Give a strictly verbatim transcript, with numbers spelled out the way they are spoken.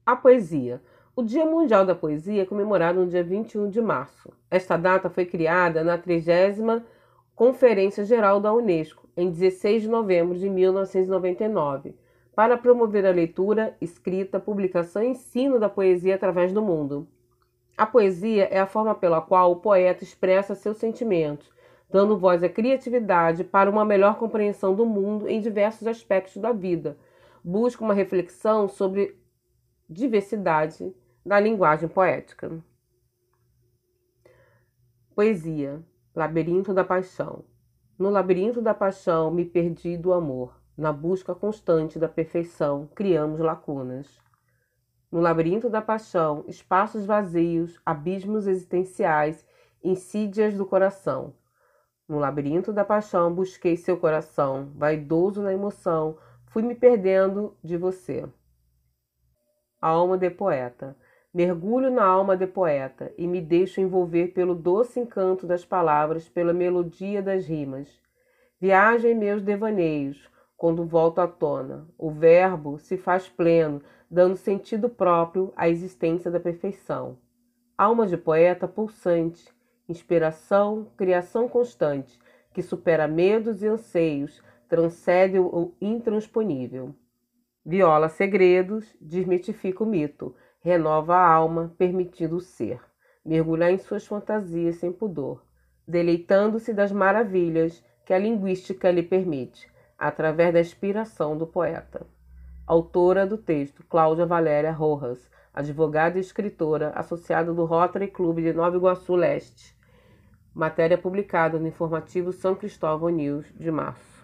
A poesia. O Dia Mundial da Poesia é comemorado no dia vinte e um de março. Esta data foi criada na trigésima Conferência Geral da Unesco, em dezesseis de novembro de mil novecentos e noventa e nove, para promover a leitura, escrita, publicação e ensino da poesia através do mundo. A poesia é a forma pela qual o poeta expressa seus sentimentos, dando voz à criatividade para uma melhor compreensão do mundo em diversos aspectos da vida. Busca uma reflexão sobre diversidade da linguagem poética. Poesia. Labirinto da paixão. No labirinto da paixão me perdi do amor. Na busca constante da perfeição, criamos lacunas. No labirinto da paixão, espaços vazios, abismos existenciais, insídias do coração. No labirinto da paixão busquei seu coração, vaidoso na emoção, fui me perdendo de você. Alma de poeta. Mergulho na alma de poeta e me deixo envolver pelo doce encanto das palavras, pela melodia das rimas. Viajo em meus devaneios, quando volto à tona. O verbo se faz pleno, dando sentido próprio à existência da perfeição. Alma de poeta pulsante, inspiração, criação constante, que supera medos e anseios, transcende o intransponível. Viola segredos, desmitifica o mito, renova a alma, permitindo o ser, mergulhar em suas fantasias sem pudor, deleitando-se das maravilhas que a linguística lhe permite, através da inspiração do poeta. Autora do texto, Cláudia Valéria Rojas, advogada e escritora, associada do Rotary Club de Nova Iguaçu Leste. Matéria publicada no informativo São Cristóvão News, de março.